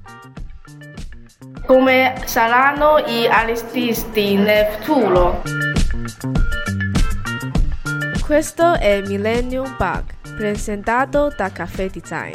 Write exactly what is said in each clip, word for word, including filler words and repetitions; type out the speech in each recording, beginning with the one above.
Come saranno gli artisti nel futuro? Questo è Millennium Bug, presentato da Caffè Design.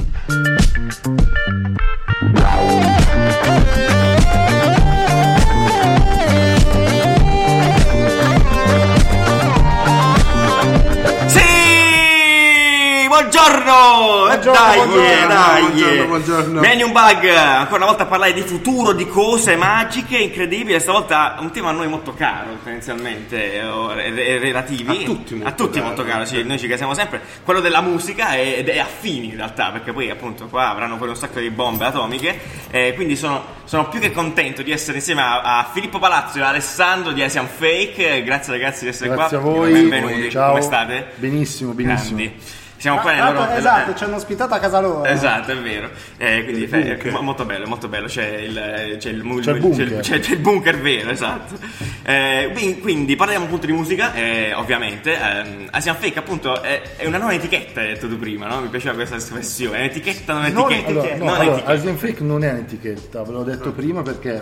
Buongiorno! Buongiorno, dai, buongiorno, dai! buongiorno, buongiorno. Millennium Bug, ancora una volta a parlare di futuro, di cose magiche, incredibili. Stavolta un tema a noi molto caro, tendenzialmente, o re- re- relativi. A tutti molto a tutti caro. molto caro, sì, noi ci casiamo sempre. Quello della musica ed è affini in realtà, perché poi appunto qua avranno poi un sacco di bombe atomiche. Eh, quindi sono, sono più che contento di essere insieme a, a Filippo Palazzo e a Alessandro di Asian Fake. Grazie ragazzi di essere Grazie qua. a voi. Benvenuti. Ciao. Come state? Benissimo, benissimo. Grandi. Siamo Ah, qua nel tanto, loro, esatto, eh, ci hanno ospitato a casa loro. Esatto, è vero. Eh, quindi Il eh, bunker. mo- molto bello, molto bello. C'è il, c'è il, mu- C'è il bunker. c'è, c'è il bunker vero, esatto. Eh, quindi, quindi parliamo appunto di musica, eh, ovviamente. Eh, Asian Fake appunto è, è una nuova etichetta, hai detto tu prima, no? Mi piaceva questa espressione. È un'etichetta, non Non etichetta. Allora, etichetta. no, non allora, etichetta. Asian Fake non è un'etichetta, ve l'ho detto prima, perché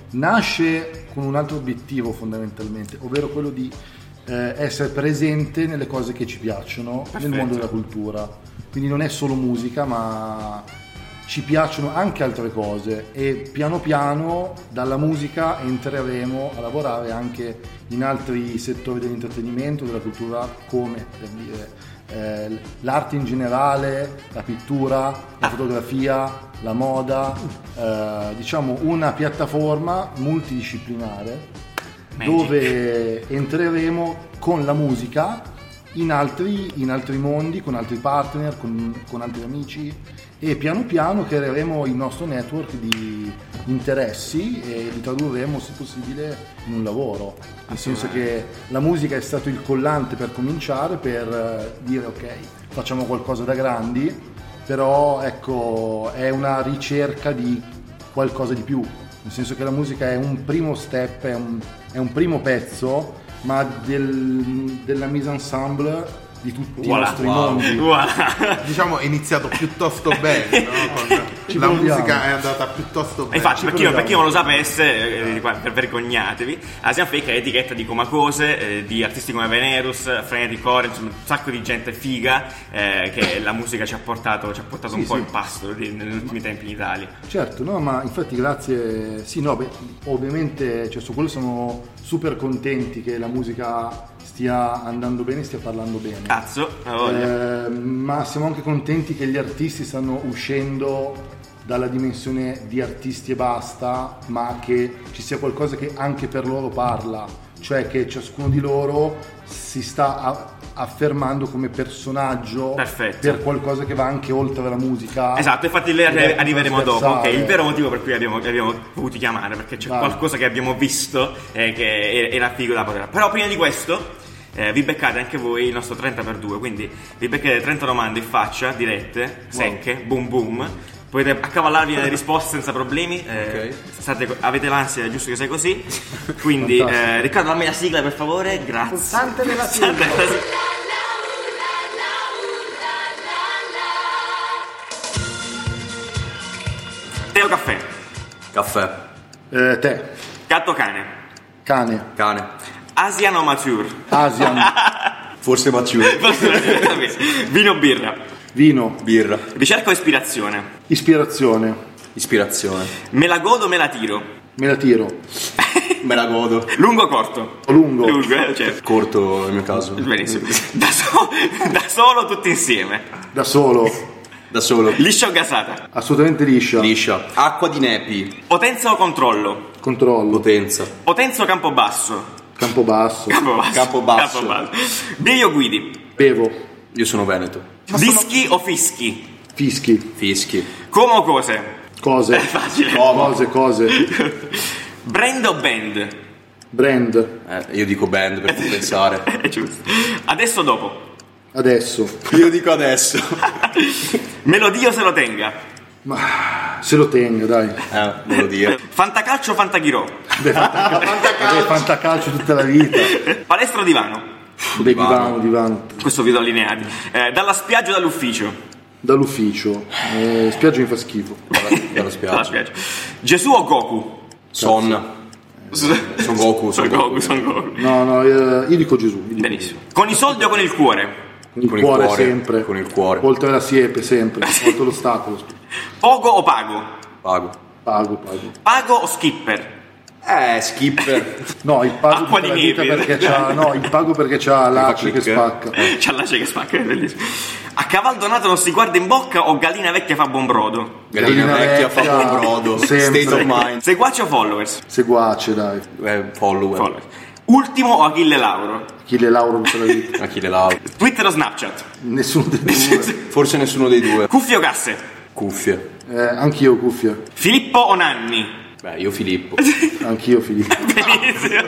nasce con un altro obiettivo fondamentalmente, ovvero quello di eh, essere presente nelle cose che ci piacciono Perfetto. nel mondo della cultura. Quindi non è solo musica, ma ci piacciono anche altre cose e piano piano dalla musica entreremo a lavorare anche in altri settori dell'intrattenimento, della cultura, come per dire eh, l'arte in generale, la pittura, la fotografia, la moda, eh, diciamo una piattaforma multidisciplinare Magic. dove entreremo con la musica in altri, in altri mondi, con altri partner, con, con altri amici, e piano piano creeremo il nostro network di interessi e li tradurremo se possibile in un lavoro, nel senso che la musica è stato il collante per cominciare, per eh, dire ok, facciamo qualcosa da grandi, però ecco è una ricerca di qualcosa di più, nel senso che la musica è un primo step, è un, è un primo pezzo, ma del, della mise ensemble di tutti Voilà, i nostri wow. mondi. Voilà. Diciamo è iniziato piuttosto bene, no? Con- Ci la proviamo. musica è andata piuttosto E bene. infatti, per chi, proviamo. per chi non lo sapesse, eh, per vergognatevi, Asian Fake è etichetta di Comacose, eh, di artisti come Venerus, Frenetic Core, insomma un sacco di gente figa eh, che la musica ci ha portato, ci ha portato Sì, un po' sì. in pasto di- negli ultimi tempi in Italia. Certo, no, ma infatti grazie, sì, no, beh, ovviamente, cioè, su quello siamo super contenti che la musica stia andando bene, stia parlando bene. Cazzo, la voglia. Eh, ma siamo anche contenti che gli artisti stanno uscendo dalla dimensione di artisti e basta, ma che ci sia qualcosa che anche per loro parla, cioè che ciascuno di loro si sta a- affermando come personaggio Perfetto. per qualcosa che va anche oltre la musica. Esatto, infatti lì ed è arriveremo dopo, trasversale. che è il vero motivo per cui abbiamo, abbiamo voluto chiamare, perché c'è Vai. qualcosa che abbiamo visto eh, che era figo da poter. Però prima di questo eh, vi beccate anche voi il nostro trenta per due, quindi vi beccate trenta domande in faccia, dirette, secche, boom boom. Potete accavallarvi nelle risposte senza problemi. eh, Ok. state- avete l'ansia, è giusto che sia così. Quindi, Fantastico. eh, Riccardo, dammi la sigla per favore, grazie. Pulsante della Pulsante sigla. della sigla. Tè o caffè? Caffè. Eh, te, Gatto o cane? cane, Cane. Asian o mature? Asian, Forse mature. Vino o birra? vino, Birra. Ricerca o ispirazione? ispirazione, Ispirazione. Me la godo o me la tiro? me la tiro, Me la godo. Lungo o corto? lungo, Lungo, eh, certo. Corto nel mio caso. Benissimo. Da, so- da solo o tutti insieme? da solo, Da solo. Liscia o gasata? assolutamente liscia, Liscia. Acqua di nepi. Potenza o controllo? controllo, Potenza. Potenza o campobasso? campobasso, Campobasso. Campobasso. Campobasso. Bevi o guidi? bevo, Io sono veneto. Dischi o fischi? fischi, Fischi. Come o cose? cose, È facile. cose, cose, Brand o band? brand, Eh, io dico band per compensare. È giusto. Adesso o dopo? adesso, Io dico adesso. Melodia o se lo tenga? ma se lo tengo, dai, Eh, non lo dire. Fantacalcio o fantaghiro? beh, fantacalcio, fantacalcio tutta la vita, Palestra o divano? beh, divano, divano, Questo vi do allineati. Eh, dalla spiaggia o dall'ufficio? Dall'ufficio. Eh, spiaggia mi fa schifo. Dalla spiaggia. Alla spiaggia. Gesù o Goku? Son. Son Goku. Son Goku, Son Goku. No, no, eh, io dico Gesù. Io dico Benissimo. Con i soldi o con il cuore? Con il, Con il cuore, cuore, sempre. con il cuore. Oltre alla siepe sempre. Oltre l'ostacolo. Pogo o pago? Pago. Pago, pago. Pago o skipper? Eh, skipper. No, il pago Acqua tutta di la vita neve. perché c'ha, no, il pago perché c'ha l'ace che click. spacca. C'ha la che spacca, è bellissimo. A caval donato non si guarda in bocca o gallina vecchia fa buon brodo? Gallina Gallina vecchia fa vecchia, buon brodo. sempre. State of mind. Seguaci o followers? Seguace, dai. Eh, follower. Followers. Ultimo o Achille Lauro? Achille Lauro tutta la vita. Achille Lauro. Twitter o Snapchat? Nessuno dei due. Forse nessuno dei due. Cuffie o casse? Cuffie. Eh, anch'io cuffia. Filippo o Nanni? Beh, io Filippo. Anch'io Filippo. Benissimo.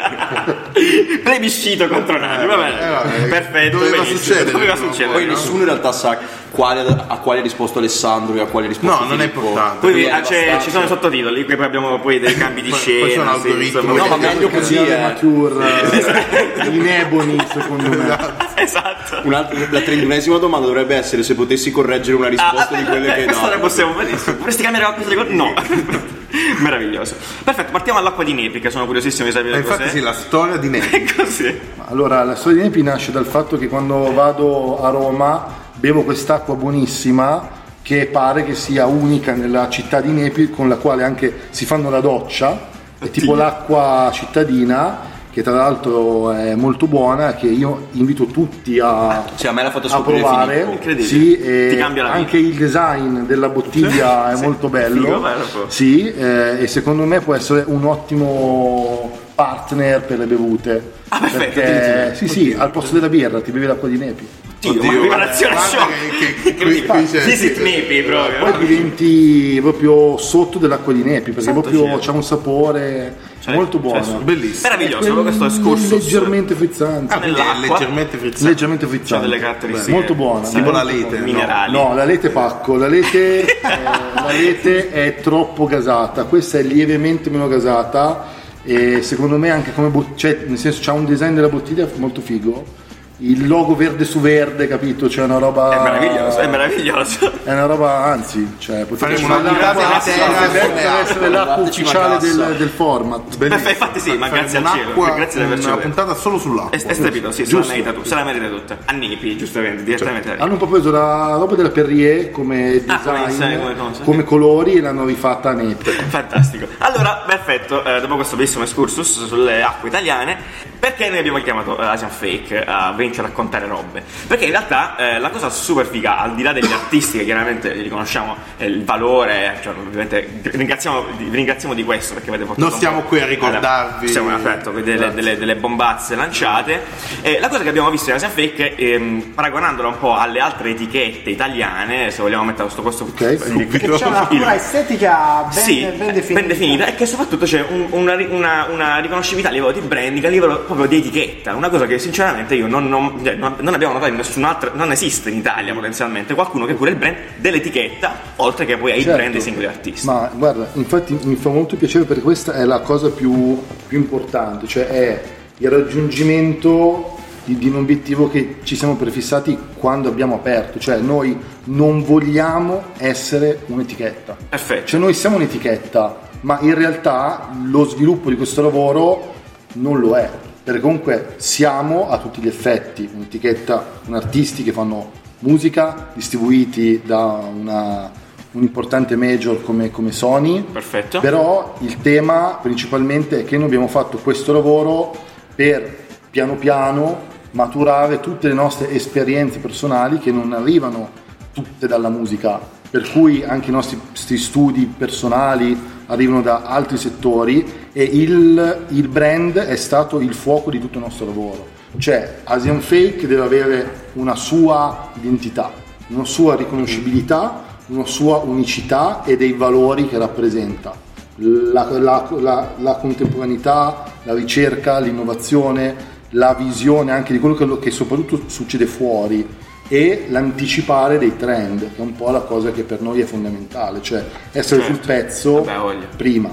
Plebiscito contro Nanni, va bene. Eh, vabbè, Perfetto. doveva benissimo. succedere, Doveva prima o succedere. Poi nessuno in realtà sa quale, a quale ha risposto Alessandro e a quale ha risposto No, non è Filippo. importante. Poi Quindi ah, è c'è- abbastanza- ci sono i sottotitoli, poi abbiamo poi dei cambi di Poi- poi scena. sono sì, algoritmi. insomma, No, ma meglio così, Così eh. mature, eh, in ebony secondo me. Esatto. Un'altra- la trentunesima domanda dovrebbe essere se potessi correggere una risposta Ah, di quelle eh, che questa la dai. possiamo benissimo. Vorresti cambiare qualcosa di quello? No. Meraviglioso. Perfetto, partiamo all'acqua di Nepi, che sono curiosissimo di sapere Eh, Infatti cos'è. sì, la storia di Nepi. È così. Allora, la storia di Nepi nasce dal fatto che quando vado a Roma bevo quest'acqua buonissima che pare che sia unica nella città di Nepi, con la quale anche si fanno la doccia, è tipo l'acqua cittadina, che tra l'altro è molto buona, che io invito tutti a, Sì, a me l'ha fatto a scoprire provare. Filippo. Incredibile. Sì, e Ti cambia la vita. anche il design della bottiglia è molto bello. Figo, bello, proprio. Sì, eh, e secondo me può essere un ottimo partner per le bevute. Ah, perfetto, Perché, addirittura. sì, sì, al posto della birra ti bevi l'acqua di Nepi. Oddio, ma Oddio, preparazione guarda shock. che- che- qui- qui c'è- Visit Nepi proprio. Poi diventi proprio sotto dell'acqua di Nepi, perché proprio sì. c'ha un sapore Cioè, molto buono. cioè, Bellissimo. Meraviglioso, proprio questo escursus. Leggermente frizzante. Ah, quindi è nell'acqua. leggermente frizzante. Leggermente C'ha frizzante. delle caratteristiche. Molto buona. Tipo la molto lete. buona. Minerali. No, la lete pacco, la lete, eh, la lete è troppo gasata, questa è lievemente meno gasata e secondo me anche come bot- cioè, nel senso c'ha un design della bottiglia molto figo. Il logo verde su verde, capito? C'è una roba. È meraviglioso, è meraviglioso. È una roba, anzi, cioè potete Faremo una puntata intera deve sulle essere acque. l'acqua Dateci una ufficiale cassa. del, del format. Bellissimo. Infatti sì, ma grazie al cielo, Un'acqua- grazie di averci una detto. puntata solo sull'acqua. È, è strepito, sì, se Giusto. la merita tu, se la merita tutta. A Nepi, giustamente, direttamente da lì. Hanno un po' preso la roba della Perrier come Ah, come design, design, come cosa. come colori e l'hanno rifatta a Nepi. Fantastico. Allora, perfetto, eh, dopo questo bellissimo excursus sulle acque italiane, perché noi abbiamo chiamato eh, Asian Fake a venirci a raccontare robe? Perché in realtà eh, la cosa super figa, al di là degli artisti che chiaramente li riconosciamo eh, il valore, cioè ovviamente ringraziamo, vi ringraziamo di questo perché avete portato Non stiamo un po'- qui a ricordarvi. Siamo aperto delle, delle, delle bombazze lanciate. Eh, la cosa che abbiamo visto in Asian Fake, ehm, paragonandola un po' alle altre etichette italiane, se vogliamo mettere questo questo Ok. il- Che c'è una cura estetica ben, sì, ben definita. ben definita e che soprattutto c'è un- una, ri- una, una riconoscibilità a livello di branding, a livello proprio di etichetta, una cosa che sinceramente io non, non, cioè, non non abbiamo notato in nessun'altra, non esiste in Italia potenzialmente qualcuno che cura il brand dell'etichetta oltre che poi ai Certo. brand dei singoli artisti. Ma guarda, infatti mi fa molto piacere perché questa è la cosa più, più importante, cioè è il raggiungimento di, di un obiettivo che ci siamo prefissati quando abbiamo aperto, cioè noi non vogliamo essere un'etichetta. Perfetto. Cioè noi siamo un'etichetta, ma in realtà lo sviluppo di questo lavoro non lo è, perché comunque siamo a tutti gli effetti un'etichetta, un artisti che fanno musica, distribuiti da una, un importante major come, come Sony. Perfetto. Però il tema principalmente è che noi abbiamo fatto questo lavoro per piano piano maturare tutte le nostre esperienze personali che non arrivano tutte dalla musica, per cui anche i nostri studi personali arrivano da altri settori e il, il brand è stato il fuoco di tutto il nostro lavoro. Cioè Asian Fake deve avere una sua identità, una sua riconoscibilità, una sua unicità e dei valori che rappresenta. La, la, la, la contemporaneità, la ricerca, l'innovazione, la visione anche di quello che, che soprattutto succede fuori e l'anticipare dei trend, che è un po' la cosa che per noi è fondamentale, cioè essere Certo. sul pezzo Vabbè, voglia. prima.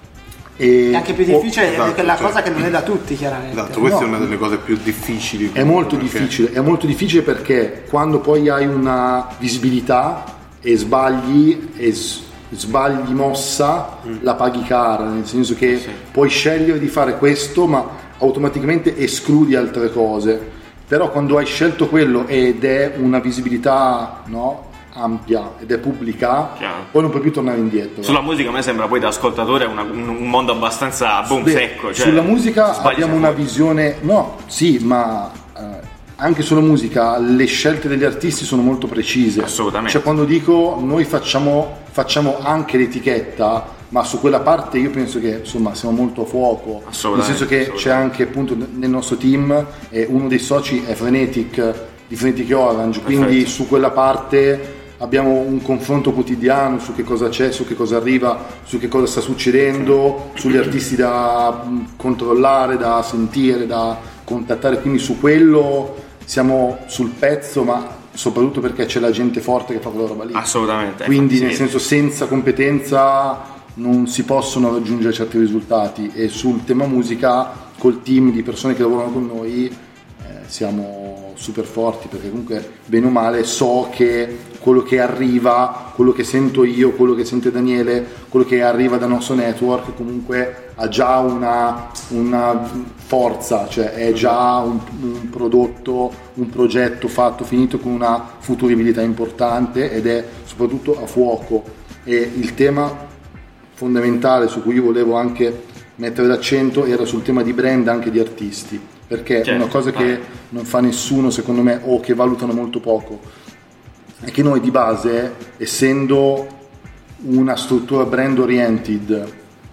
E È anche più difficile, esatto, è quella certo. cosa che non è da tutti, chiaramente. Esatto, questa No. è una delle cose più difficili. È molto perché- difficile, è molto difficile perché quando poi hai una visibilità e sbagli e s- sbagli mossa, mm. la paghi cara, nel senso che sì. puoi scegliere di fare questo ma automaticamente escludi altre cose, però quando hai scelto quello ed è una visibilità, no, ampia ed è pubblica, chiaro, poi non puoi più tornare indietro. Sulla musica a me sembra poi da ascoltatore una, un, un mondo abbastanza boom, Beh, secco, cioè, sulla musica abbiamo una visione, no, sì, ma eh, anche sulla musica le scelte degli artisti sono molto precise. Assolutamente. Cioè quando dico noi facciamo, facciamo anche l'etichetta, ma su quella parte io penso che insomma siamo molto a fuoco, nel senso che c'è anche appunto nel nostro team, eh, uno dei soci è Frenetic di Frenetic Orange, quindi perfetto, su quella parte abbiamo un confronto quotidiano su che cosa c'è, su che cosa arriva, su che cosa sta succedendo, sugli artisti da controllare, da sentire, da contattare, quindi su quello siamo sul pezzo, ma soprattutto perché c'è la gente forte che fa quella roba lì. Assolutamente. Quindi sì, nel senso senza competenza non si possono raggiungere certi risultati, e sul tema musica col team di persone che lavorano con noi eh, siamo super forti, perché comunque bene o male so che quello che arriva, quello che sento io, quello che sente Daniele, quello che arriva dal nostro network comunque ha già una, una forza, cioè è già un, un prodotto, un progetto fatto, finito, con una futuribilità importante ed è soprattutto a fuoco. E il tema fondamentale su cui io volevo anche mettere l'accento era sul tema di brand anche di artisti, perché certo, una cosa che non fa nessuno secondo me, o che valutano molto poco, è che noi di base, essendo una struttura brand oriented,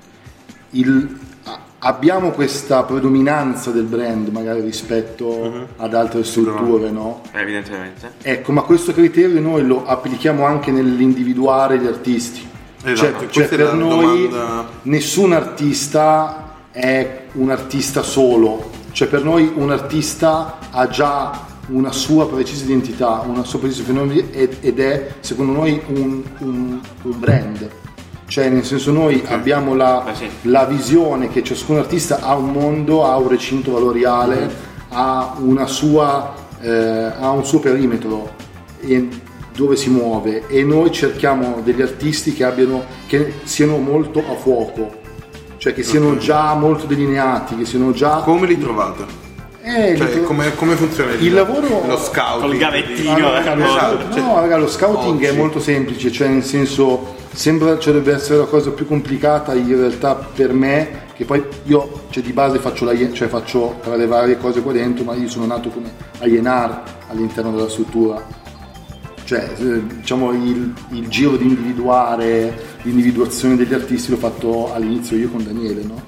il, abbiamo questa predominanza del brand magari rispetto uh-huh. ad altre strutture, no? Evidentemente. Ecco, ma questo criterio noi lo applichiamo anche nell'individuare gli artisti. Esatto, cioè, cioè per noi domanda... nessun artista è un artista solo, cioè per noi un artista ha già una sua precisa identità, una sua precisa fenomeno, ed è secondo noi un, un, un brand, cioè nel senso noi okay. abbiamo la, eh sì. la visione che ciascun artista ha un mondo, ha un recinto valoriale, mm-hmm. ha una sua eh, ha un suo perimetro e dove si muove, e noi cerchiamo degli artisti che abbiano, che siano molto a fuoco, cioè che siano okay. già molto delineati, che siano già... Come li trovate? Eh, cioè, tro- come, come funziona il, il lavoro? Lo scouting? Col gavettino. No, raga, lo, scout- no, raga, lo scouting oggi. È molto semplice, cioè nel senso sembra, cioè deve essere la cosa più complicata in realtà per me, che poi io cioè, di base faccio la, cioè faccio tra le varie cose qua dentro, ma io sono nato come A and R all'interno della struttura. Cioè, diciamo, il, il giro di individuare, l'individuazione degli artisti l'ho fatto all'inizio io con Daniele, no?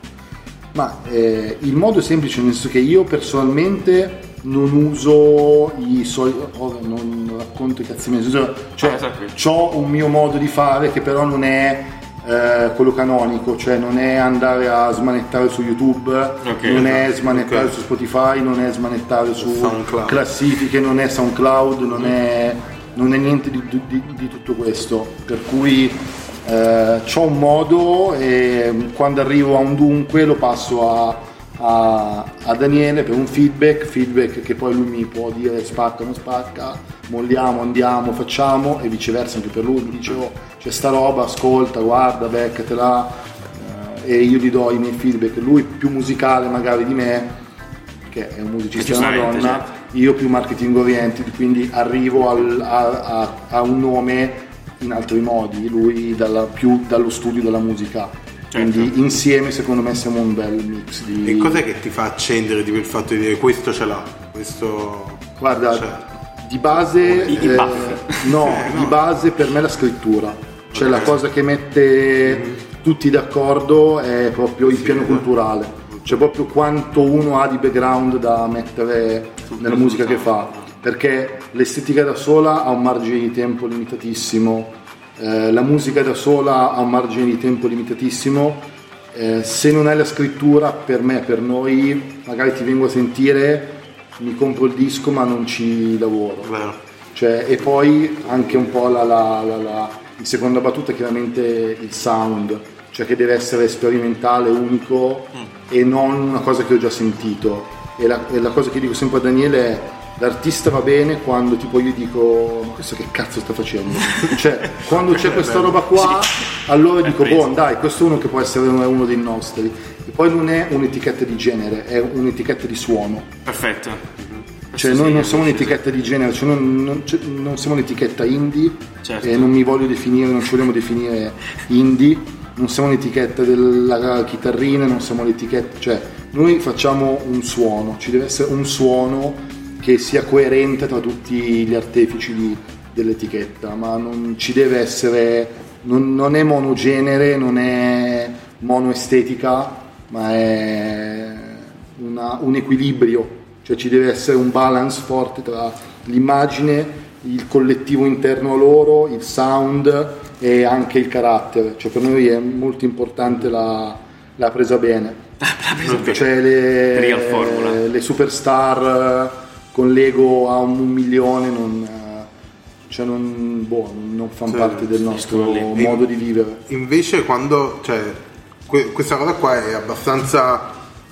Ma eh, il modo è semplice, nel senso che io personalmente non uso i soliti, oh, non racconto i cazzi miei, cioè ho un mio modo di fare che però non è eh, quello canonico, cioè non è andare a smanettare su YouTube, okay, non è smanettare okay. su Spotify, non è smanettare su SoundCloud. Classifiche, non è SoundCloud, non è... non è niente di, di, di tutto questo, per cui eh, c'ho un modo e quando arrivo a un dunque lo passo a, a, a Daniele per un feedback, feedback che poi lui mi può dire spacca o non spacca, molliamo, andiamo, facciamo, e viceversa anche per lui, mi dice oh, c'è sta roba, ascolta, guarda, beccatela, eh, e io gli do i miei feedback, lui più musicale magari di me, che è un musicista e una donna, certo. Io più marketing oriented, quindi arrivo al, a, a, a un nome in altri modi, lui dalla, più dallo studio della musica, certo. Quindi insieme secondo me siamo un bel mix di... E cos'è che ti fa accendere di quel fatto di dire questo ce l'ha, questo... Guarda, c'è. Di base I, i eh, no, eh, no, di base per me la scrittura, cioè okay. La cosa che mette mm-hmm. tutti d'accordo è proprio il sì, piano culturale. Cioè proprio quanto uno ha di background da mettere nella musica che fa, perché l'estetica da sola ha un margine di tempo limitatissimo, eh, la musica da sola ha un margine di tempo limitatissimo, eh, se non hai la scrittura, per me, per noi, magari ti vengo a sentire, mi compro il disco ma non ci lavoro. Cioè, e poi anche un po' la, la, la, la, la seconda battuta è chiaramente il sound, cioè che deve essere sperimentale, unico mm. e non una cosa che ho già sentito. E la, e la cosa che dico sempre a Daniele è l'artista va bene quando tipo io dico ma questo che cazzo sta facendo? Cioè quando c'è questa roba qua allora dico boh dai, questo è uno che può essere uno dei nostri. E poi non è un'etichetta di genere, è un'etichetta di suono. Perfetto. Cioè noi non siamo un'etichetta di genere, cioè non, non, cioè non siamo un'etichetta indie, certo. E non mi voglio definire, non ci vogliamo definire indie, non siamo un'etichetta della chitarrina, non siamo l'etichetta, cioè noi facciamo un suono, ci deve essere un suono che sia coerente tra tutti gli artefici di, dell'etichetta, ma non ci deve essere, non, non è monogenere, non è monoestetica, ma è una, un equilibrio, cioè ci deve essere un balance forte tra l'immagine, il collettivo interno a loro, il sound e anche il carattere, cioè per noi è molto importante la, la presa bene, la presa bene. Cioè le, le superstar con l'ego a un milione non, cioè non, boh, non fanno cioè, parte del nostro modo di vivere. Invece quando, cioè, que- questa cosa qua è abbastanza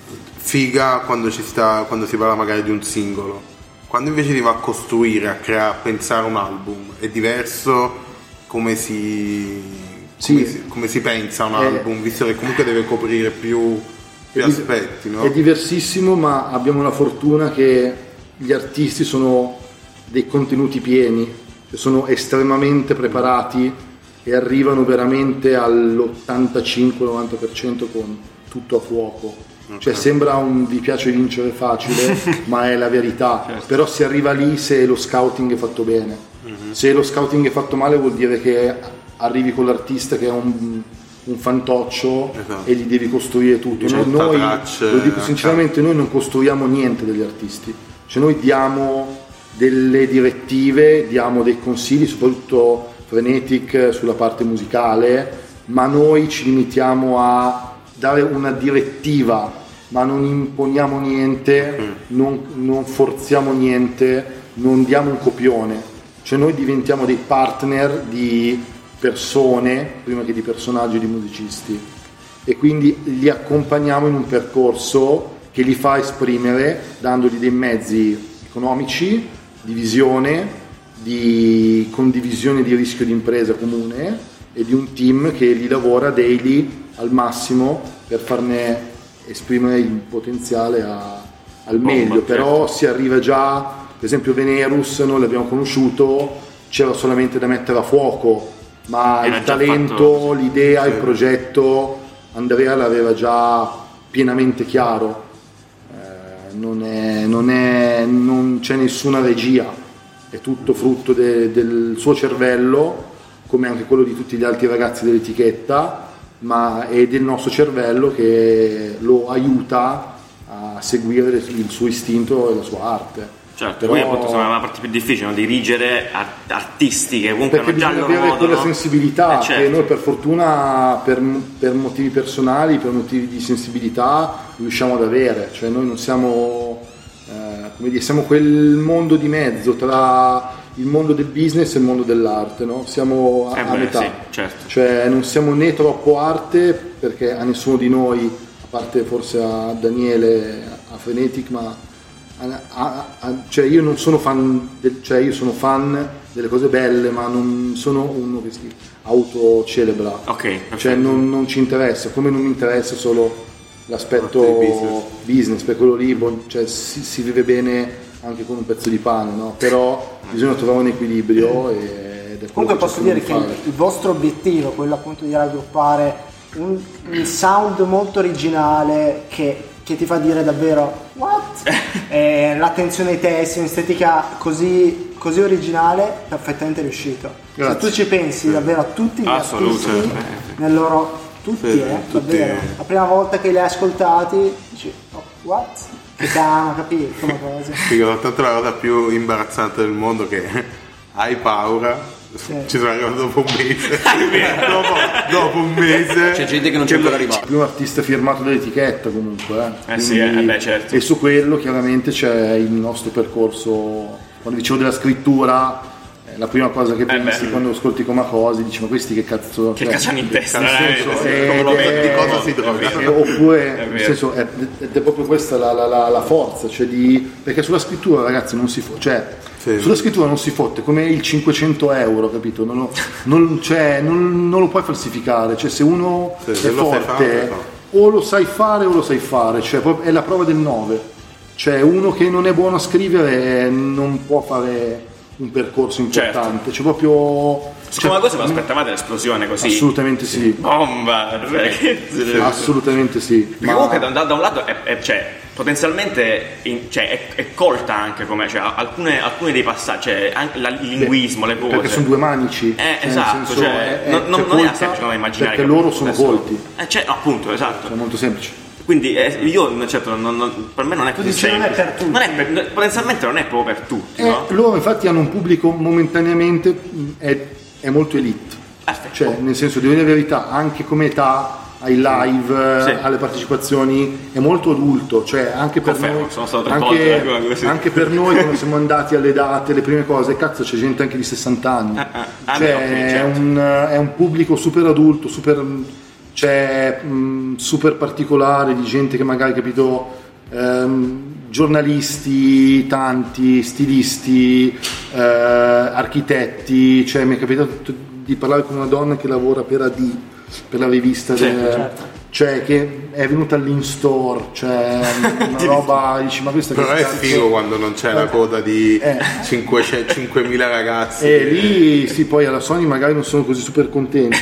figa quando ci sta, quando si parla magari di un singolo. Quando invece si va a costruire, a creare, a pensare un album, è diverso come si, sì. come si, come si pensa un è, album, visto che comunque deve coprire più, più è aspetti, no? È diversissimo, ma abbiamo la fortuna che gli artisti sono dei contenuti pieni, sono estremamente preparati e arrivano veramente all'ottantacinque novanta per cento con tutto a fuoco. Okay. Cioè sembra un vi piace vincere facile, ma è la verità. Certo. Però si arriva lì se lo scouting è fatto bene. Mm-hmm. Se lo scouting è fatto male vuol dire che arrivi con l'artista che è un, un fantoccio, esatto. E gli devi costruire tutto. Noi, noi lo dico sinceramente, noi non costruiamo niente degli artisti. Cioè noi diamo delle direttive, diamo dei consigli, soprattutto Frenetic sulla parte musicale, ma noi ci limitiamo a dare una direttiva, ma non imponiamo niente, mm. non, non forziamo niente, non diamo un copione. Cioè noi diventiamo dei partner di persone prima che di personaggi, di musicisti, e quindi li accompagniamo in un percorso che li fa esprimere dandogli dei mezzi economici, di visione, di condivisione di rischio di impresa comune e di un team che gli lavora daily al massimo per farne esprimere il potenziale a, al meglio. Però si arriva già, per esempio Venerus noi l'abbiamo conosciuto, c'era solamente da mettere a fuoco, ma era il talento, fatto... l'idea, sì. Il progetto Andrea l'aveva già pienamente chiaro. Non, è, non, è, non c'è nessuna regia, è tutto frutto de, del suo cervello, come anche quello di tutti gli altri ragazzi dell'etichetta, ma è del nostro cervello che lo aiuta a seguire il suo istinto e la sua arte. Certo, però, poi appunto sarà la parte più difficile, no? Dirigere art- artisti che comunque hanno già il loro avere modo, quella no? sensibilità, eh, certo. Che noi per fortuna per, per motivi personali, per motivi di sensibilità riusciamo ad avere, cioè noi non siamo eh, come dire, siamo quel mondo di mezzo tra il mondo del business e il mondo dell'arte, no? Siamo a, eh beh, a metà, sì, certo. Cioè non siamo né troppo arte, perché a nessuno di noi, a parte forse a Daniele, a Frenetic, ma A, a, a, cioè io non sono fan del, cioè io sono fan delle cose belle, ma non sono uno che si autocelebra, okay, cioè non, non ci interessa, come non mi interessa solo l'aspetto business. business, per quello lì cioè, si, si vive bene anche con un pezzo di pane, no? Però bisogna trovare un equilibrio e, ed è comunque posso dire che fare. Il vostro obiettivo, quello appunto di raggruppare un, un sound molto originale che che ti fa dire davvero what? Eh, l'attenzione ai testi, un'estetica così, così originale, perfettamente riuscito. Grazie. Se tu ci pensi davvero a tutti gli artisti nel loro tutti, sì, eh, tutti. Davvero. La prima volta che li hai ascoltati dici oh, what? Che calma, capito come cosa. Sì, tanto la cosa più imbarazzante del mondo che hai paura. Sì. Ci sono arrivato dopo un mese. dopo, dopo un mese c'è gente che non c'è ancora arrivato. È più un artista firmato dall'etichetta comunque, eh, eh Quindi, sì, eh, beh, certo. E su quello chiaramente c'è il nostro percorso. Quando dicevo della scrittura, eh, la prima cosa che pensi beh. quando ascolti Comacosi, dici ma questi che cazzo, Che cioè, cazzo hanno in testa, nel eh? senso, Come eh, lo ed vedi, è- di cosa si droga? È eh, vero. oppure È nel vero. senso è, ed è proprio questa la, la- la- la forza, cioè di, perché sulla scrittura ragazzi non si fo- cioè Sì. sulla scrittura non si fotte, come il cinquecento euro, capito? Non lo, non, cioè, non- non lo puoi falsificare, cioè se uno Sì, è se lo sai forte fare, lo fa. o lo sai fare o lo sai fare, cioè proprio- è la prova del nove. Cioè uno che non è buono a scrivere non può fare un percorso importante, cioè proprio Su come cosa vi aspettavate l'esplosione così? assolutamente sì, Bomba! Cioè, che- assolutamente sì. Perché Ma- comunque da, da un lato è, è- cioè, potenzialmente in- cioè, è, è colta anche come, cioè, alcune, alcuni dei passaggi, cioè, anche la- il linguismo, le cose. perché sono due manici, Eh, cioè, nel esatto, senso, cioè, è- non, è- non, cioè, non è colta semplice come immaginare perché che loro sono adesso- colti, Eh, cioè, no, appunto, esatto. è molto semplice. Quindi eh, io certo non- non- per me non è così dici non è semplice. per tutti. Non è per- potenzialmente non è proprio per tutti, Eh, no? loro infatti hanno un pubblico momentaneamente mh, è, è molto elite, Aspetta. cioè nel senso di dire la verità, anche come età ai live, Sì. eh, alle partecipazioni è molto adulto, cioè anche per Confermo, noi, sono stato tre anche, volte, ecco, così. anche per noi quando siamo andati alle date, le prime cose, cazzo c'è gente anche di sessanta anni, Ah, ah, ah, cioè beh, ok, è, certo. un, è un pubblico super adulto, super, cioè, mh, super particolare, di gente che magari, capito, ehm, giornalisti, tanti, stilisti, eh, architetti, cioè mi è capitato di parlare con una donna che lavora per A D, per la rivista, Sì, del- certo. cioè che è venuta all'in-store, cioè una roba, dici ma questa Però che è cazzo- figo quando non c'è la coda di Eh. cinquecento cinquemila ragazzi. E lì sì, poi alla Sony magari non sono così super contenti,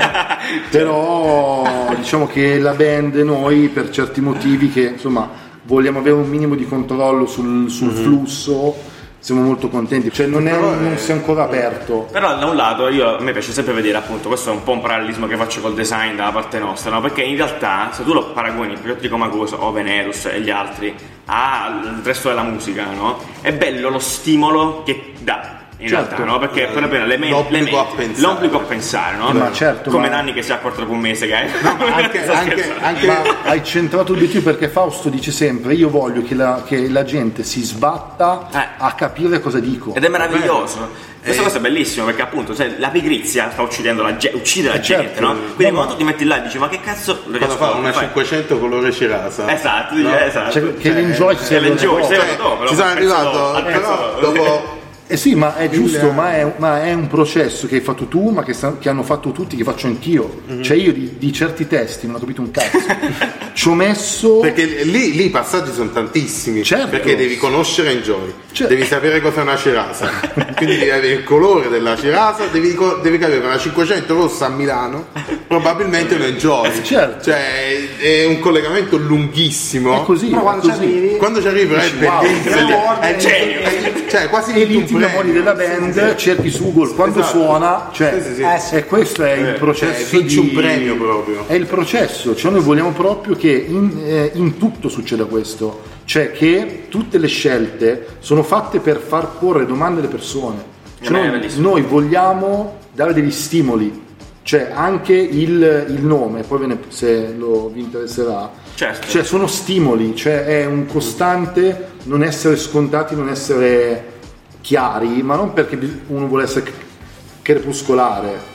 però diciamo che la band, noi per certi motivi che insomma vogliamo avere un minimo di controllo sul, sul flusso, siamo molto contenti, cioè non, è, non si è ancora aperto. Però da un lato io, a me piace sempre vedere, appunto, questo è un po' un parallelismo che faccio col design dalla parte nostra, no? Perché in realtà se tu lo paragoni, il progetto di Comacoso o Venerus e gli altri al resto della musica, no? È bello lo stimolo che dà. In Certo. realtà, no? Perché per le, le, men- L'obbligo le menti- a pensare. l'obbligo a pensare, no? Ma certo, Come ma- Nanni che si accorta dopo un mese che è. anche- Sto anche- scherzando. anche- Ma hai centrato l'obiettivo, perché Fausto dice sempre io voglio che la, che la gente si sbatta Eh. a capire cosa dico. Ed è meraviglioso. Questa cosa è bellissima perché appunto sai, la pigrizia sta uccidendo la gente, uccide la Eh, gente, certo. no? Quindi No, quando ma- tu ti metti là e dici ma che cazzo lo Quando riesco fa a una fare? cinquecento colore cirasa. Esatto, dici, No? esatto. Cioè, che l'enjoy si Cioè, serve l'enjoy dopo. si serve Cioè, dopo, però ci sono al pezzo arrivato, dopo, al pezzo però dopo. dopo Eh sì, ma è giusto, Il- ma, è, ma è un processo che hai fatto tu, ma che, sta- che hanno fatto tutti, che faccio anch'io. Cioè io di, di certi testi non ho capito un cazzo. Ci ho messo... Perché lì, lì i passaggi sono tantissimi. Certo. Perché devi conoscere Enjoy, Cioè- devi sapere cos'è una cirasa, quindi devi avere il colore della cirasa, devi, co- devi capire una cinquecento rossa a Milano, probabilmente un Enjoy. Certo. Cioè è un collegamento lunghissimo. È così, Però è quando ci così. arrivi Quando ci arrivi è Wow. bellissimo. È genio. È- Cioè quasi E lì un ti innamori premio. della band, cerchi su Google quando Esatto. suona, cioè, Sì, sì, sì. Eh, sì. e questo è il Cioè, processo vinci di... un premio proprio. È il processo, cioè noi vogliamo proprio che in, eh, in tutto succeda questo, cioè che tutte le scelte sono fatte per far porre domande alle persone. Cioè, Beh, è noi, bellissimo. noi vogliamo dare degli stimoli, cioè anche il, il nome, poi ve ne- se lo, vi interesserà, Certo. cioè sono stimoli, cioè è un costante non essere scontati, non essere chiari, ma non perché bis- uno vuole essere c- crepuscolare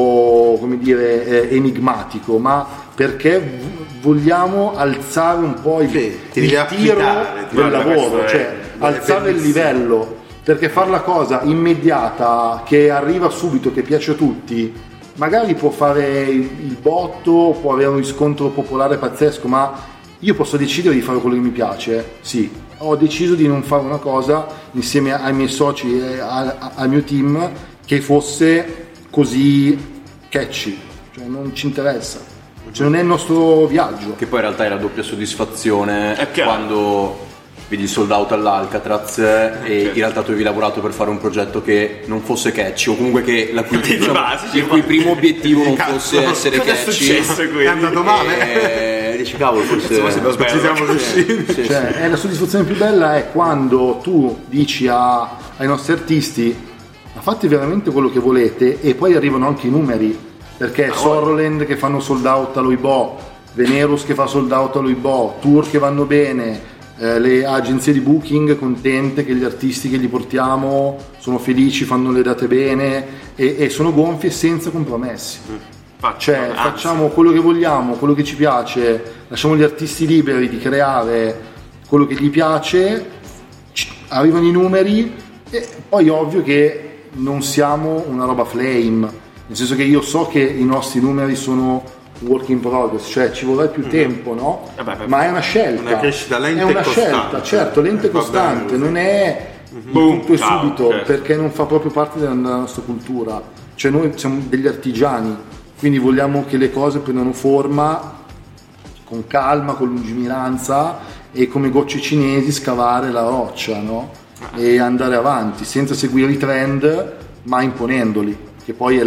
o come dire eh, enigmatico, ma perché v- vogliamo alzare un po' il, Sì, ti il devi tiro affidare, ti del guarda, lavoro, questo è- cioè è alzare il bellissimo. livello, perché fare la cosa immediata che arriva subito, che piace a tutti, magari può fare il, il botto, può avere un riscontro popolare pazzesco, ma io posso decidere di fare quello che mi piace, sì. Ho deciso di non fare una cosa insieme ai miei soci e a- a- al mio team che fosse così catchy, cioè non ci interessa, cioè non è il nostro viaggio. Che poi in realtà è la doppia soddisfazione È chiaro. quando vedi il sold out all'Alcatraz e in realtà tu avevi lavorato per fare un progetto che non fosse catchy o comunque che la cui, Di base, sì, il cui ma- primo obiettivo non Cazzo, fosse essere Cosa è catchy. successo qui? È andato male. E dici cavolo forse Forse devo sbagliare. Ci siamo riusciti. Sì, sì. Cioè, è la soddisfazione più bella è quando tu dici a- ai nostri artisti ma fate veramente quello che volete, e poi arrivano anche i numeri, perché Sorroland che fanno sold out all'Oibò, Venerus che fa sold out all'Oibò, tour che vanno bene, eh, le agenzie di booking contente che gli artisti che gli portiamo sono felici, fanno le date bene e, e sono gonfie senza compromessi. Faccio, Cioè anzi. facciamo quello che vogliamo, quello che ci piace, lasciamo gli artisti liberi di creare quello che gli piace, ci- arrivano i numeri e poi ovvio che non siamo una roba flame, nel senso che io so che i nostri numeri sono work in progress, cioè ci vorrà più tempo, no? Vabbè, vabbè. Ma è una scelta, Una crescita lenta è una e costante. scelta, certo, lenta e Va costante, bene. non è Boom, tutto e ciao, subito, certo. perché non fa proprio parte della della nostra cultura, cioè noi siamo degli artigiani, quindi vogliamo che le cose prendano forma con calma, con lungimiranza e come gocce cinesi scavare la roccia, no? E andare avanti senza seguire i trend ma imponendoli, che poi è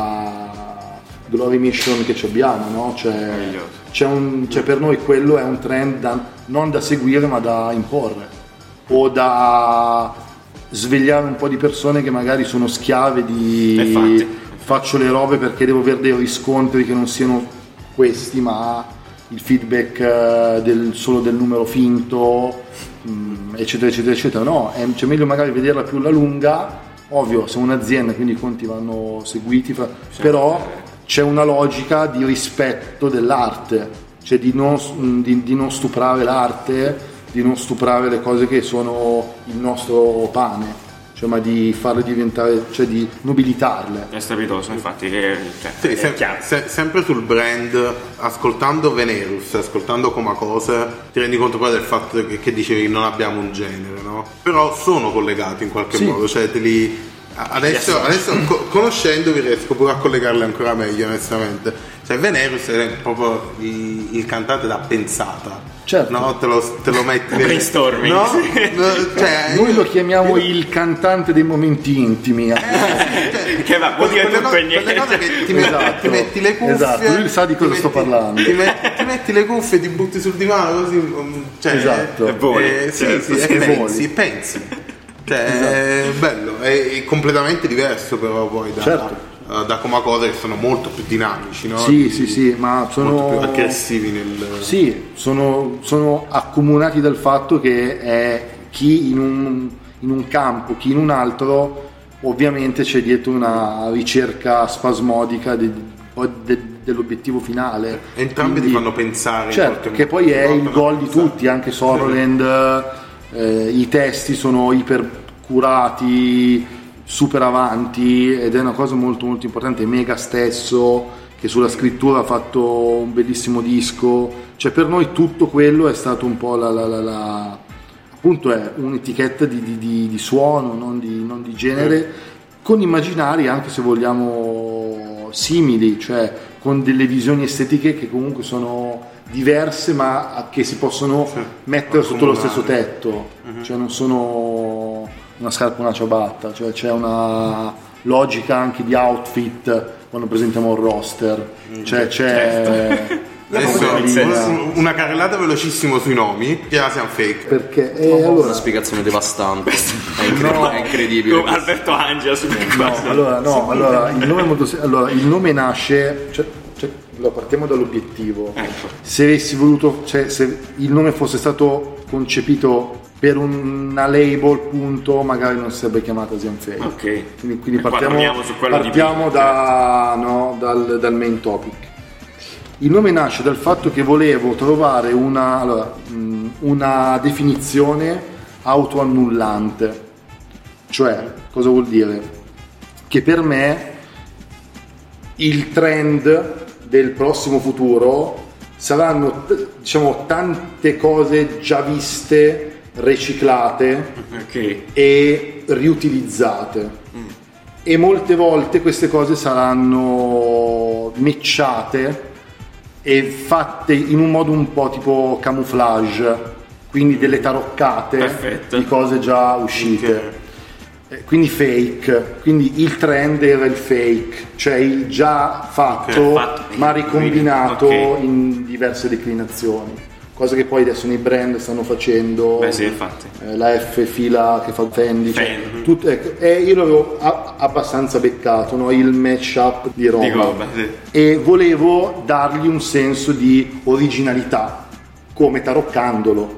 la glory mission che ci abbiamo, no? Cioè, Meraviglioso. c'è un, cioè per noi quello è un trend da- non da seguire ma da imporre o da svegliare un po' di persone che magari sono schiave di E infatti. faccio le robe perché devo avere dei riscontri che non siano questi ma il feedback eh, del, solo del numero finto, mh, eccetera eccetera eccetera. No, è, c'è meglio magari vederla più alla lunga. Ovvio, siamo un'azienda quindi i conti vanno seguiti, fra- però c'è una logica di rispetto dell'arte, cioè di non, di, di non stuprare l'arte, di non stuprare le cose che sono il nostro pane, cioè ma di farle diventare, cioè di nobilitarle. È strepitoso, infatti, che, cioè, Sì, è sem- chiaro. se- sempre sul brand, ascoltando Venerus, ascoltando Comacose, ti rendi conto poi del fatto che, che dicevi non abbiamo un genere, no? Però sono collegati in qualche Sì. modo, cioè te li... Adesso, adesso co- conoscendovi riesco pure a collegarli ancora meglio, onestamente. Cioè Venerus è proprio il, il cantante da pensata. Certo. No, te lo, te lo metti nel- Brainstorming, no? sì. No, cioè, Noi lo chiamiamo io- il cantante dei momenti intimi. eh. Che va, può dire quelle tutto cose- e niente. quelle cose che ti, metti, Esatto. ti metti le cuffie, Esatto, lui sa di cosa ti sto metti- parlando. Ti metti, ti metti le cuffie, ti butti sul divano così, um, cioè, Esatto. E voli. eh, sì, Certo, sì, sì, e e pensi, voli. pensi. Cioè, è bello, è, è completamente diverso però poi da, Certo. da, da Comacose che sono molto più dinamici, no? Sì, sì, sì, ma Molto più sono aggressivi nel... Sì, sono, sono accomunati dal fatto che è chi in un, in un campo, chi in un altro, ovviamente c'è dietro una ricerca spasmodica de- poi de- dell'obiettivo finale. Entrambi Quindi- ti fanno pensare in Certo, qualche che modo, poi è ti il portano a gol di pensare. tutti, anche Sorroland, eh, i testi sono iper curati, super avanti ed è una cosa molto molto importante. Mega stesso, che sulla scrittura ha fatto un bellissimo disco, cioè per noi tutto quello è stato un po' la, la, la, la appunto è un'etichetta di, di, di, di suono, non di, non di genere, con immaginari anche se vogliamo simili, cioè con delle visioni estetiche che comunque sono diverse ma che si possono mettere sotto lo stesso tetto, cioè non sono una scarpa e una ciabatta, cioè c'è una logica anche di outfit quando presentiamo il roster, cioè c'è Adesso una linea- un- una carrellata velocissimo sui nomi, che la siamo fake. perché eh, Una allora spiegazione devastante. È, incre- No. è incredibile. Come Alberto Angela su che No, cosa. allora, no, allora, il nome è molto se- allora, il nome nasce, cioè, cioè, allora, partiamo dall'obiettivo. Ecco. Se avessi voluto, cioè, se il nome fosse stato concepito per una label, punto, magari non sarebbe chiamata Asian Fake. Ok. Quindi, quindi E qua partiamo, torniamo su quello di partiamo prima, da, no, dal, dal main topic. Il nome nasce dal fatto che volevo trovare una, allora, mh, una definizione autoannullante. Cioè, cosa vuol dire? Che per me il trend del prossimo futuro saranno, t- diciamo, tante cose già viste, riciclate Ok. e riutilizzate. E molte volte queste cose saranno matchate e fatte in un modo un po' tipo camouflage, quindi delle taroccate Perfetto. di cose già uscite. Eh, Quindi fake, quindi il trend era il fake, cioè il già fatto, Ok, fatto. ma ricombinato Ok. in diverse declinazioni, cosa che poi adesso nei brand stanno facendo. Beh sì, infatti. Eh, la F fila che fa Fendi, cioè, Fendi. tutto- ecco, e io l'avevo a- abbastanza beccato, no? Il match-up di roba, Di roba, sì. e volevo dargli un senso di originalità come taroccandolo,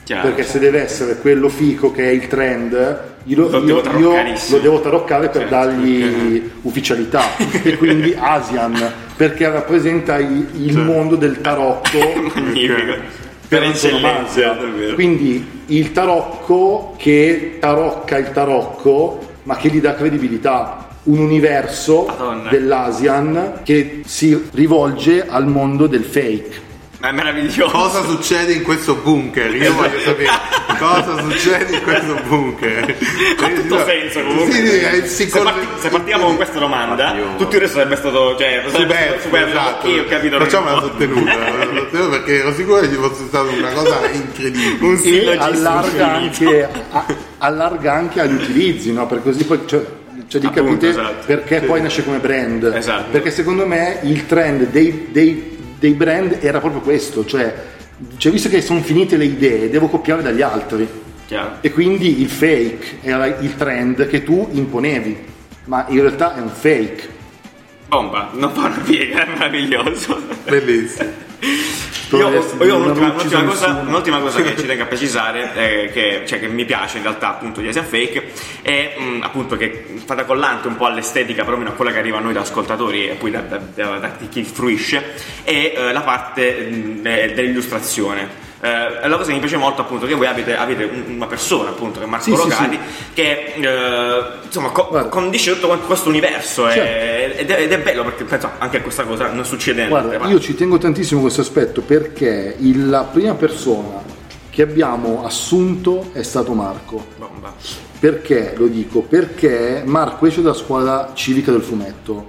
Chiaro, perché certo. se deve essere quello fico che è il trend, io Lo io- devo io taroccarissimo. lo devo taroccare per Certo, dargli perché- ufficialità, e quindi Asian, perché rappresenta il, il mondo del tarocco Magnifico. per eccellenza, antonomasia. davvero. Quindi il tarocco che tarocca il tarocco, ma che gli dà credibilità. Un universo Madonna. dell'Asian che si rivolge al mondo del fake. Ma è meraviglioso. Cosa succede in questo bunker? Io voglio sapere cosa succede in questo bunker. Ha tutto senso comunque. Sì, sì, eh, si se, corre- parti- se partiamo con questa domanda, Io- tutto il resto sarebbe stato, cioè, sarebbe stato Superfluo, superfluo. esatto. Ok, ho capito. Facciamo la non- sottenuta, la sottenuta, perché ero sicuro che ci fosse stata una cosa incredibile. Un E sillogismo allarga infinito. anche, a- allarga anche agli utilizzi, no? Perché così poi cioè, cioè di Appunto, capite esatto. perché poi nasce come brand. Esatto. Perché secondo me il trend dei, dei, dei brand era proprio questo, cioè, cioè visto che sono finite le idee, devo copiare dagli altri. Chiaro. E quindi il fake era il trend che tu imponevi, ma in realtà è un fake. Bomba, non fa una piega, è meraviglioso. Bellissimo. Io, Dovresti io ho dire, un'ultima, non ucciso un'ultima cosa, nessuno. un'ultima cosa che ci tengo a precisare, eh, che, cioè, che mi piace in realtà appunto di Asian Fake, è mh, appunto che fa da collante un po' all'estetica, perlomeno a quella che arriva a noi da ascoltatori e poi da, da, da- da chi fruisce, è eh, la parte mh, eh, dell'illustrazione. Eh, la cosa che mi piace molto appunto che voi avete, avete un- una persona appunto che è Marco Sì, sì, Locati sì. che eh, insomma co- Guarda. condisce tutto questo universo e- Certo. ed, è, ed è bello perché penso anche questa cosa non succede nelle altre Guarda, parti. io ci tengo tantissimo a questo aspetto perché il- la prima persona che abbiamo assunto è stato Marco. Bomba. Perché lo dico? Perché Marco esce dalla scuola civica del fumetto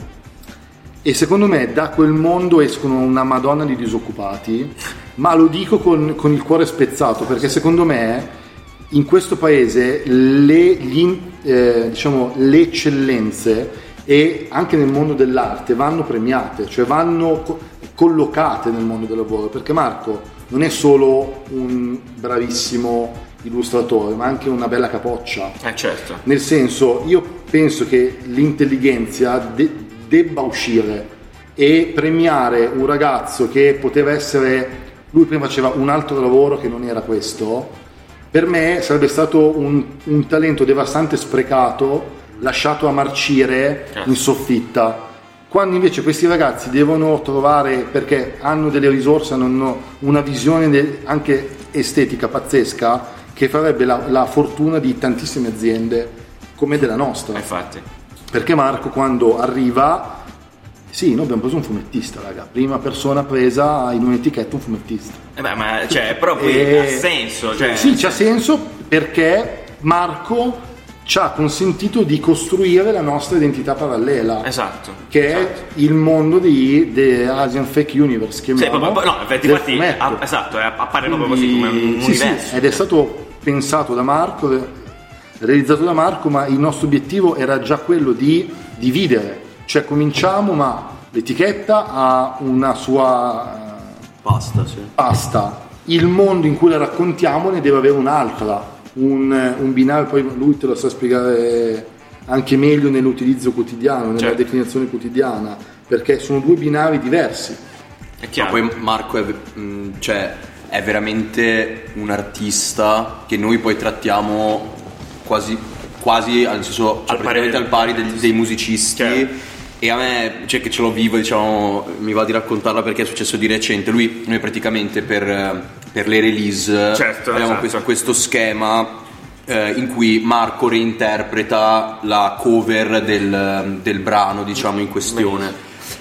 e secondo me da quel mondo escono una madonna di disoccupati, ma lo dico con, con il cuore spezzato perché secondo me in questo paese le, gli, eh, diciamo, le eccellenze e anche nel mondo dell'arte vanno premiate, cioè vanno co- collocate nel mondo del lavoro, perché Marco non è solo un bravissimo illustratore, ma anche una bella capoccia. Eh certo. Nel senso, io penso che l'intelligenza de- debba uscire e premiare un ragazzo che poteva essere, lui prima faceva un altro lavoro che non era questo, per me sarebbe stato un, un talento devastante sprecato, lasciato a marcire in soffitta. Quando invece questi ragazzi devono trovare, perché hanno delle risorse, hanno una visione de- anche estetica pazzesca, che farebbe la, la fortuna di tantissime aziende come della nostra. Infatti. Perché Marco quando arriva, sì, noi abbiamo preso un fumettista, raga, prima persona presa in un'etichetta un fumettista. Eh beh, ma cioè, però poi E- ha senso. Cioè, sì, c'ha senso perché Marco ci ha consentito di costruire la nostra identità parallela, Esatto. che esatto. è il mondo di The Asian Fake Universe, Sì, chiamiamo, proprio- no, infatti, del infatti, fumetto. ah, esatto, eh, appare proprio così Quindi, come un sì, sì, universo. ed è stato pensato da Marco, re- realizzato da Marco, ma il nostro obiettivo era già quello di dividere, cioè cominciamo, ma l'etichetta ha una sua Basta, sì. pasta, il mondo in cui la raccontiamo ne deve avere un'altra, un, un binario, poi lui te lo sa spiegare anche meglio nell'utilizzo quotidiano, nella Certo. declinazione quotidiana, perché sono due binari diversi. È Ma chiaro. poi Marco è, mh, cioè, è veramente un artista che noi poi trattiamo quasi, quasi nel senso, cioè, Al pari praticamente del- al pari degli- dei musicisti. Certo. E a me, cioè che ce l'ho vivo, diciamo, mi va di raccontarla perché è successo di recente. Lui, noi praticamente per, per le release Certo, abbiamo esatto. questo, questo schema eh, in cui Marco reinterpreta la cover del, del brano, diciamo, in questione.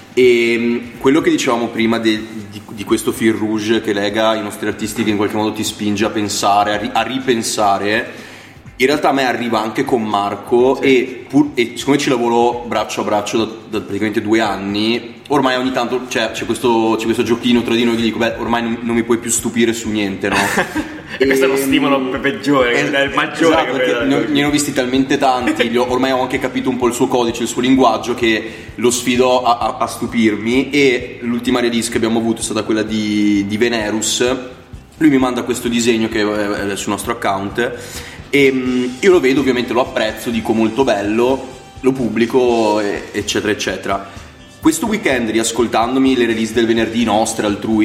E mh, quello che dicevamo prima de- di, di questo fil rouge che lega i nostri artisti, che in qualche modo ti spinge a pensare, a, ri- a ripensare, in realtà a me arriva anche con Marco e, pur, e siccome ci lavoro braccio a braccio da, da praticamente due anni, ormai ogni tanto cioè, c'è, questo, c'è questo giochino tra di noi che dico, beh, ormai non, non mi puoi più stupire su niente, no? E questo è lo stimolo peggiore, Eh, è il maggiore. esatto, che perché vedo. ne, ne ho visti talmente tanti, gli ho- ormai ho anche capito un po' il suo codice, il suo linguaggio, che lo sfido a, a- a stupirmi. E l'ultima release che abbiamo avuto è stata quella di, di Venerus. Lui mi manda questo disegno che è, è sul nostro account e mh, io lo vedo, ovviamente lo apprezzo, dico molto bello, lo pubblico e- eccetera eccetera. Questo weekend, riascoltandomi le release del venerdì nostre, altrui,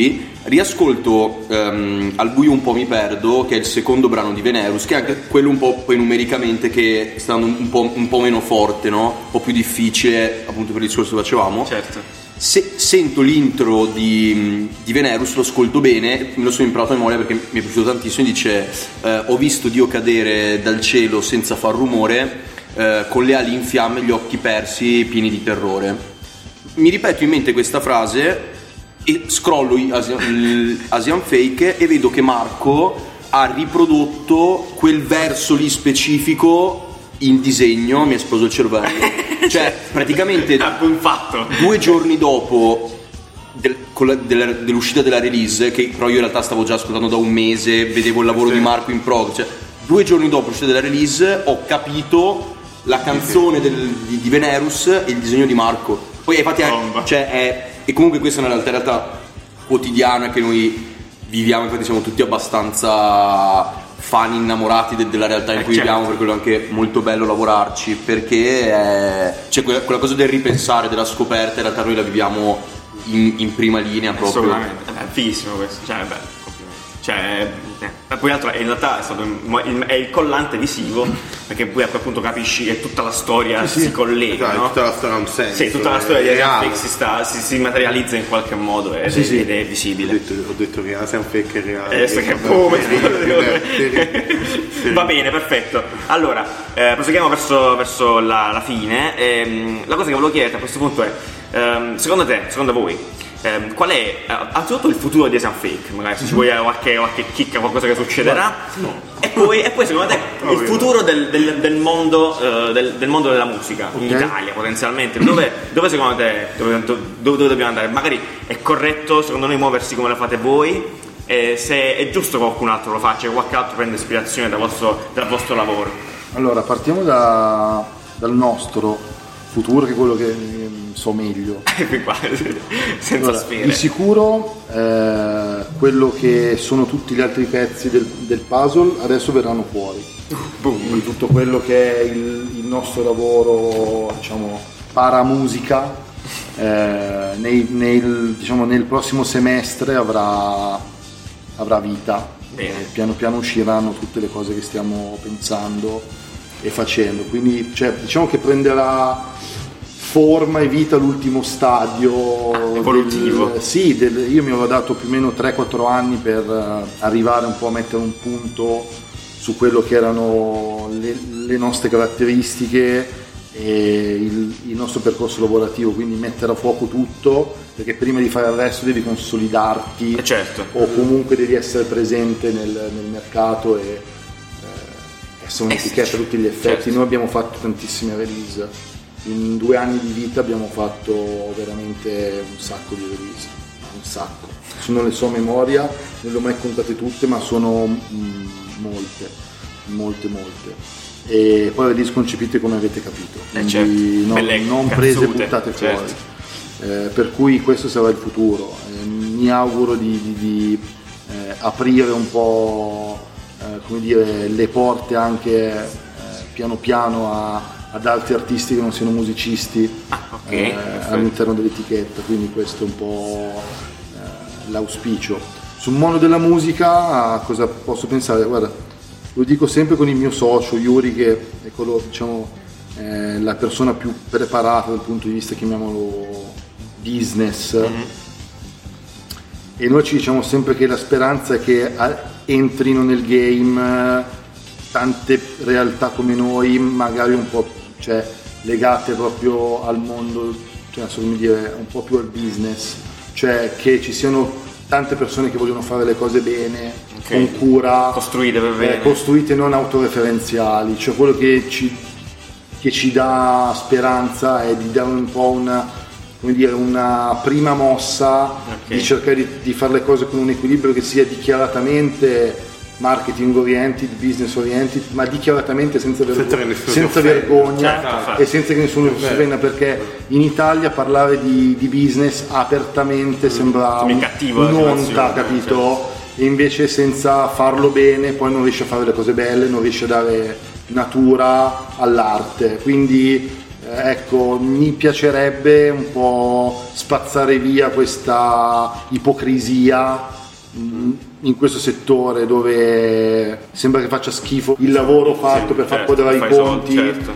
riascolto um, Al buio un po' mi perdo, che è il secondo brano di Venerus, che è anche quello un po' poi numericamente che sta andando un po', un po' meno forte, no? Un po' più difficile, appunto per il discorso che facevamo. Certo. Se sento l'intro di, di Venerus, lo ascolto bene, me lo sono imparato a memoria perché mi è piaciuto tantissimo. Dice eh, ho visto Dio cadere dal cielo senza far rumore, eh, con le ali in fiamme, gli occhi persi, pieni di terrore. Mi ripeto in mente questa frase e scrollo Asian, Asian Fake e vedo che Marco ha riprodotto quel verso lì specifico in disegno. Mi è esploso il cervello. Cioè praticamente un fatto. Due giorni dopo del, con la, della, dell'uscita della release, che però io in realtà stavo già ascoltando da un mese, vedevo il lavoro sì. di Marco in prog, cioè due giorni dopo l'uscita della release ho capito la canzone del, di, di Venerus e il disegno di Marco. Poi infatti è, cioè, è e comunque questa è una realtà, realtà quotidiana che noi viviamo, infatti siamo tutti abbastanza fan innamorati de- della realtà in cui eh, certo. viviamo, per quello è anche molto bello lavorarci, perché è, cioè quella, quella cosa del ripensare, della scoperta, in realtà noi la viviamo in, in prima linea proprio. Assolutamente, è fighissimo questo, cioè è bello, complimenti. Cioè, eh, poi altro in realtà è stato il, è il collante visivo, perché poi a quel punto capisci che tutta la storia sì, si sì. collega, Esatto, no? tutta la storia ha un senso. Sì, tutta la storia di Asian Fake si, sta, si, si materializza in qualche modo ed, sì, è, sì. ed è Ho visibile. detto, ho detto che Asian Fake è reale. Adesso che boom, va bene, perfetto. Allora, eh, proseguiamo verso, verso la, la fine. Ehm, la cosa che volevo chiederti a questo punto è, ehm, secondo te, secondo voi, ehm, qual è eh, anzitutto il futuro di Asian Fake? Magari se ci vuoi qualche, qualche chicca, qualcosa che succederà. No. E, poi, e poi secondo te il futuro del, del, del, mondo, uh, del, del mondo della musica in okay. Italia potenzialmente, dove, dove secondo te dove, dove, dove dobbiamo andare? Magari è corretto secondo noi muoversi come lo fate voi? E se è giusto che qualcun altro lo faccia, che qualche altro prende ispirazione dal vostro, dal vostro lavoro? Allora, partiamo da, dal nostro futuro, che è quello che mm, so meglio. Qua, senza allora, sfere. di sicuro eh, quello che sono tutti gli altri pezzi del, del puzzle adesso verranno fuori. Quindi tutto quello che è il, il nostro lavoro, diciamo, paramusica, eh, nei, nel, diciamo, nel prossimo semestre avrà, avrà vita. Bene. Eh, piano piano usciranno tutte le cose che stiamo pensando e facendo, quindi cioè, diciamo che prenderà forma e vita l'ultimo stadio evolutivo. Del, sì, del, io mi avevo dato più o meno tre quattro anni per uh, arrivare un po' a mettere un punto su quello che erano le, le nostre caratteristiche e il, il nostro percorso lavorativo, quindi mettere a fuoco tutto, perché prima di fare il resto devi consolidarti eh certo. o comunque devi essere presente nel, nel mercato e essere un'etichetta a tutti gli effetti. Certo. Noi abbiamo fatto tantissime release, in due anni di vita abbiamo fatto veramente un sacco di release, un sacco, non le so a memoria, non le ho mai contate tutte, ma sono mm, molte, molte molte e poi release concepite come avete capito, eh certo. non, non prese e buttate fuori, certo. eh, per cui questo sarà il futuro. Eh, mi auguro di, di, di eh, aprire un po' Eh, come dire, le porte anche eh, piano piano a, ad altri artisti che non siano musicisti ah, okay, eh, all'interno dell'etichetta, quindi questo è un po' eh, l'auspicio. Sul mondo della musica cosa posso pensare? Guarda, lo dico sempre con il mio socio Yuri, che è quello, diciamo, eh, la persona più preparata dal punto di vista, chiamiamolo, business, mm-hmm. e noi ci diciamo sempre che la speranza è che entrino nel game tante realtà come noi, magari un po', cioè, legate proprio al mondo, cioè, non so come dire, un po' più al business, cioè che ci siano tante persone che vogliono fare le cose bene, okay. con cura, costruite per bene, eh, costruite non autoreferenziali, cioè quello che ci, che ci dà speranza è di dare un po' una, come dire, una prima mossa, okay. di cercare di, di fare le cose con un equilibrio che sia dichiaratamente marketing oriented, business oriented, ma dichiaratamente senza, vergo- senza vergogna, certo, e senza che nessuno si offenda, perché in Italia parlare di, di business apertamente mm. sembra un, un'onta, capito? Certo. E invece senza farlo bene poi non riesci a fare le cose belle, non riesci a dare natura all'arte, quindi eh, ecco, mi piacerebbe un po' spazzare via questa ipocrisia in questo settore dove sembra che faccia schifo il lavoro fatto sì, per certo, far quadrare i conti, soldi, certo.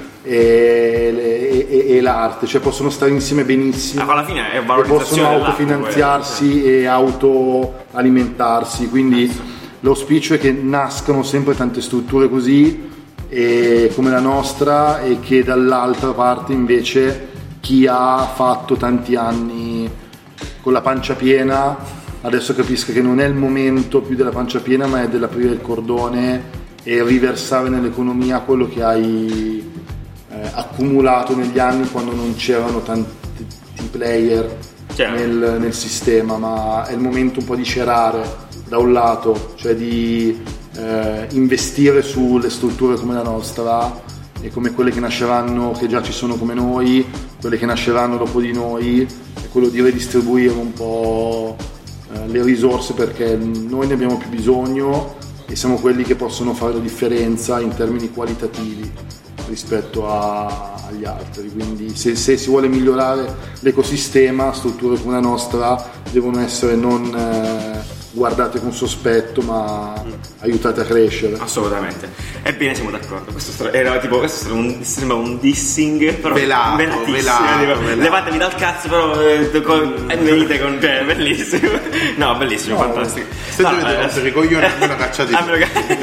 e, e, e l'arte, cioè possono stare insieme benissimo, alla fine è e valorizzazione possono autofinanziarsi e autoalimentarsi, quindi l'auspicio è che nascano sempre tante strutture così e, come la nostra, e che dall'altra parte invece chi ha fatto tanti anni con la pancia piena adesso capisca che non è il momento più della pancia piena, ma è dell'aprire il cordone e riversare nell'economia quello che hai eh, accumulato negli anni quando non c'erano tanti player nel, nel sistema, ma è il momento un po' di cerare da un lato, cioè di eh, investire sulle strutture come la nostra e come quelle che nasceranno, che già ci sono come noi, quelle che nasceranno dopo di noi, e quello di redistribuire un po' le risorse, perché noi ne abbiamo più bisogno e siamo quelli che possono fare la differenza in termini qualitativi rispetto a, agli altri, quindi se, se si vuole migliorare l'ecosistema, strutture come la nostra devono essere non eh, guardate con sospetto, ma aiutate a crescere. Assolutamente. Ebbene, siamo d'accordo. Questo era tipo, questo un, sembra un dissing, però velato, velatissimo, velato, tipo, velato. Levatevi dal cazzo, però eh, con, e venite con te, bellissimo. No, bellissimo, no, fantastico. Se no, dovete rompere i coglioni, almeno cacciate no,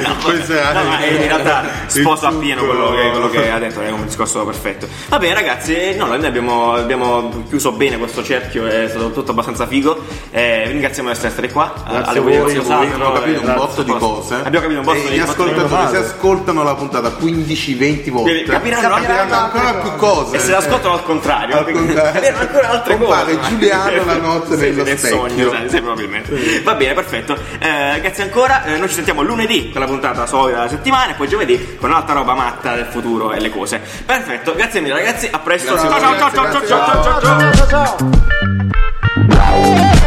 no, ma in realtà sposa appieno quello che, quello che ha detto, è un discorso perfetto. Va bene ragazzi, no, noi abbiamo, abbiamo chiuso bene questo cerchio, è stato tutto abbastanza figo. Eh, ringraziamo di essere qua. Grazie alle a voi, voi, abbiamo capito un botto di cose. Abbiamo capito un botto e di gli cose. ascoltatori, se ascoltano la puntata quindici venti volte, capiranno, capiranno ancora più cose. E se l'ascoltano al contrario, al contrario, capiranno ancora altre compare cose. Giuliano la notte sì, nello nel specchio. Sogno, sì, sì, probabilmente. Va bene, perfetto. Eh, grazie ancora. Eh, noi ci sentiamo lunedì con la puntata solida della settimana e poi giovedì con un'altra roba matta del futuro e le cose. Perfetto, grazie mille ragazzi, a presto. Grazie, ciao, ciao, grazie, ciao, grazie, ciao, ciao, ciao, ciao, ciao, ciao, ciao.